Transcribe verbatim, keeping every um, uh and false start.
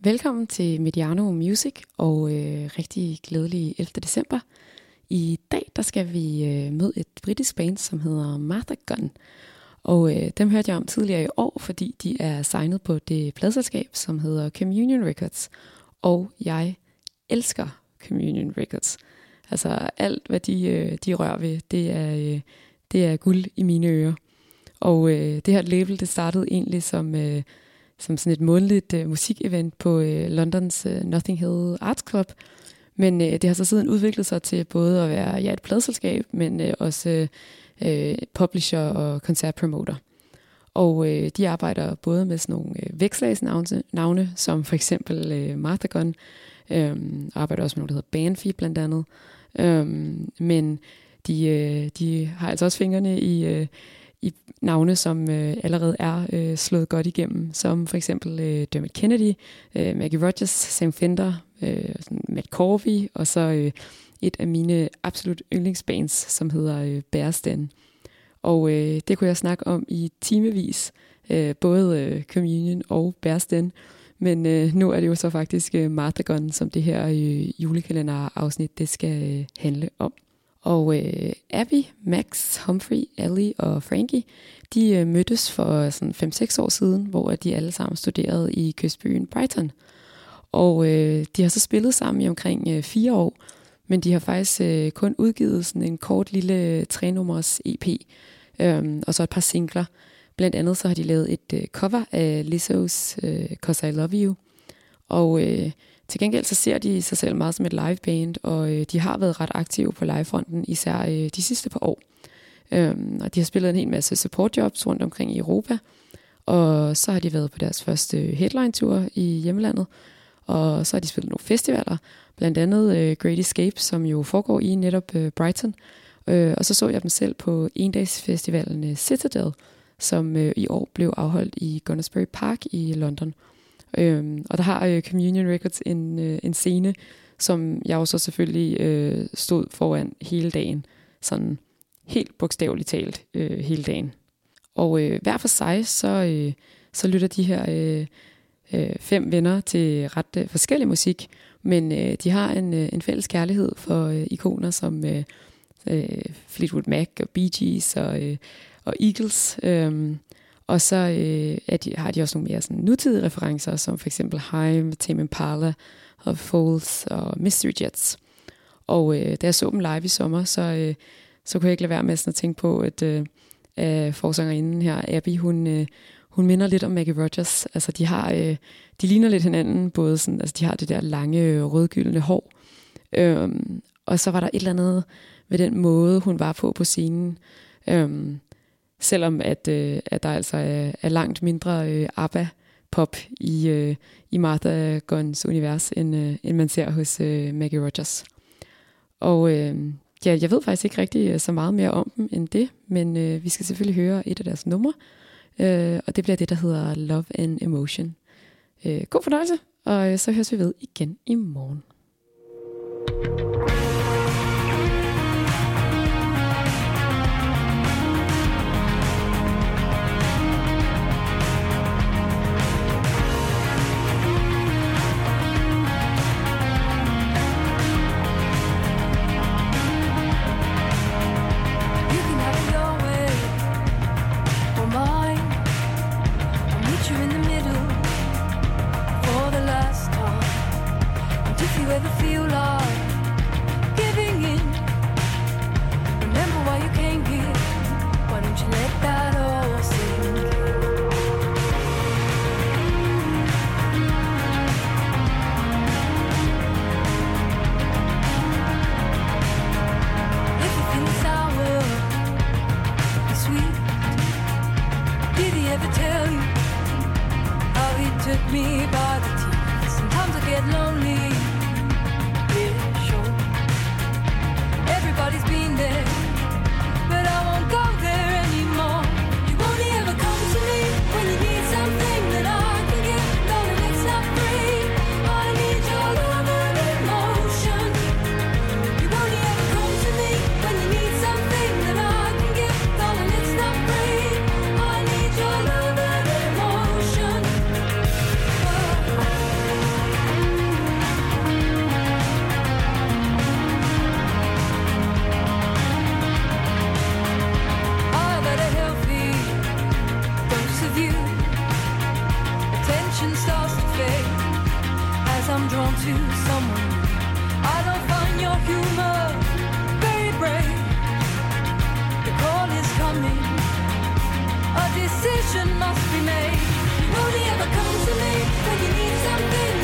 Velkommen til Mediano Music og øh, rigtig glædelig ellevte december. I dag der skal vi øh, møde et britisk band, som hedder Martha Gunn. Og øh, dem hørte jeg om tidligere i år, fordi de er signet på det pladselskab, som hedder Communion Records. Og jeg elsker Communion Records. Altså alt, hvad de, øh, de rører ved, det er, øh, det er guld i mine ører. Og øh, det her label, det startede egentlig som... Øh, som sådan et månedligt uh, musikevent på uh, Londons uh, Notting Hill Arts Club. Men uh, det har så siden udviklet sig til både at være ja, et pladselskab, men uh, også uh, publisher og koncertpromoter. Og uh, de arbejder både med sådan nogle uh, vækslagsnavne, navne, som for eksempel uh, Martha Gunn, um, og arbejder også med noget, der hedder Banfi blandt andet. Um, men de, uh, de har altså også fingrene i... Uh, i navne, som øh, allerede er øh, slået godt igennem, som for eksempel øh, Dermot Kennedy, øh, Maggie Rogers, Sam Fender, øh, Matt Corby, og så øh, et af mine absolut yndlingsbands, som hedder øh, Bears Den. Og øh, det kunne jeg snakke om i timevis, øh, både øh, Communion og Bears Den, men øh, nu er det jo så faktisk øh, Martha Gunn, som det her øh, julekalender-afsnit, det skal øh, handle om. Og øh, Abby, Max, Humphrey, Ellie og Frankie, de øh, mødtes for sådan fem seks år siden, hvor de alle sammen studerede i kystbyen Brighton. Og øh, de har så spillet sammen i omkring øh, fire år, men de har faktisk øh, kun udgivet sådan en kort lille tre-nummers E P, øh, og så et par singler. Blandt andet så har de lavet et øh, cover af Lizzo's øh, 'Cause I Love You, og... Øh, Til gengæld så ser de sig selv meget som et liveband, og øh, de har været ret aktive på livefronten, især øh, de sidste par år. Øhm, og de har spillet en hel masse supportjobs rundt omkring i Europa, og så har de været på deres første headline-tour i hjemlandet, og så har de spillet nogle festivaler, blandt andet øh, Great Escape, som jo foregår i netop øh, Brighton. Øh, og så så jeg dem selv på endagsfestivalen Citadel, som øh, i år blev afholdt i Gunnersbury Park i London. Øhm, og der har øh, Communion Records en, øh, en scene, som jeg også selvfølgelig øh, stod foran hele dagen. Sådan helt bogstaveligt talt øh, hele dagen. Og øh, hver for sig, så, øh, så lytter de her øh, øh, fem venner til ret øh, forskellig musik. Men øh, de har en, øh, en fælles kærlighed for øh, ikoner som øh, øh, Fleetwood Mac og Bee Gees og, øh, og Eagles. Øh, Og så øh, er de, har de også nogle mere sådan, nutidige referencer, som for eksempel Haim, Tame Impala, og Foals og Mystery Jets. Og øh, da jeg så dem live i sommer, så, øh, så kunne jeg ikke lade være med sådan at tænke på, at øh, forsangerinden her, Abby, hun, øh, hun minder lidt om Maggie Rogers. Altså de har, øh, de ligner lidt hinanden, både sådan, altså de har det der lange rødgyldne hår. Øhm, og så var der et eller andet ved den måde, hun var på på scenen. Øhm, Selvom at, øh, at der altså er, er langt mindre øh, ABBA-pop i, øh, i Martha Gunns univers, end, øh, end man ser hos øh, Maggie Rogers. Og øh, ja, jeg ved faktisk ikke rigtig så meget mere om dem end det, men øh, vi skal selvfølgelig høre et af deres numre, øh, og det bliver det, der hedder Love and Emotion. Øh, god fornøjelse, og øh, så høres vi ved igen i morgen. Ever feel like giving in? Remember why you came here. Why don't you let that all sink? If you feel sour, be sweet. Did he ever tell you how he took me by the teeth? Sometimes I get lonely. Everybody's been there, but I won't go there anymore. You only ever come to me when you need something that I can give, darling, it's not free. I need your love and emotion. You only ever come to me when you need something that I can give, darling, it's not free. I need your love and emotion. Oh. decision must be made. You only ever come to me when you need something